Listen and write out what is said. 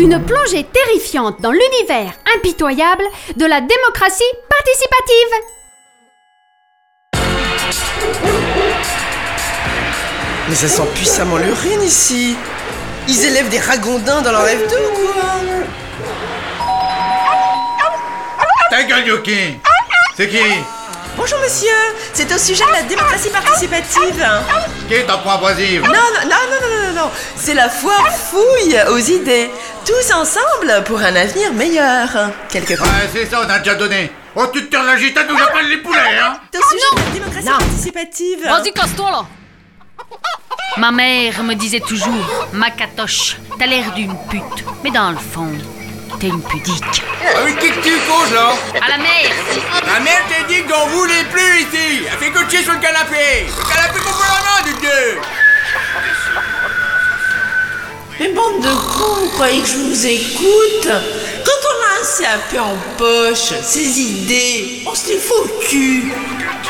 Une plongée terrifiante dans l'univers impitoyable de la démocratie participative. Mais ça sent puissamment l'urine ici. Ils élèvent des ragondins dans leur F2 ou quoi? Ta gueule, Yoki! C'est qui? Bonjour monsieur, c'est au sujet de la démocratie participative. Qui t'en prend abrasive? Non, c'est la foire fouille aux idées. Tous ensemble pour un avenir meilleur. Quelque part. Ouais, c'est ça, on a déjà donné. Oh, tu te tires la gitane ou j'appelle les poulets, hein? C'est au sujet de la démocratie participative. Vas-y, casse-toi là. Ma mère me disait toujours, Macatoche, t'as l'air d'une pute, mais dans le fond, t'es une pudique. Avec qui que tu causes là? À la mère. La mère t'a dit qu'on voulait plus ici. Elle fait coacher sur le canapé. Le canapé qu'on du Dieu. Mais bande de cons, vous croyez que je vous écoute? Quand on a un CAP en poche, ces idées, on se les fout au cul.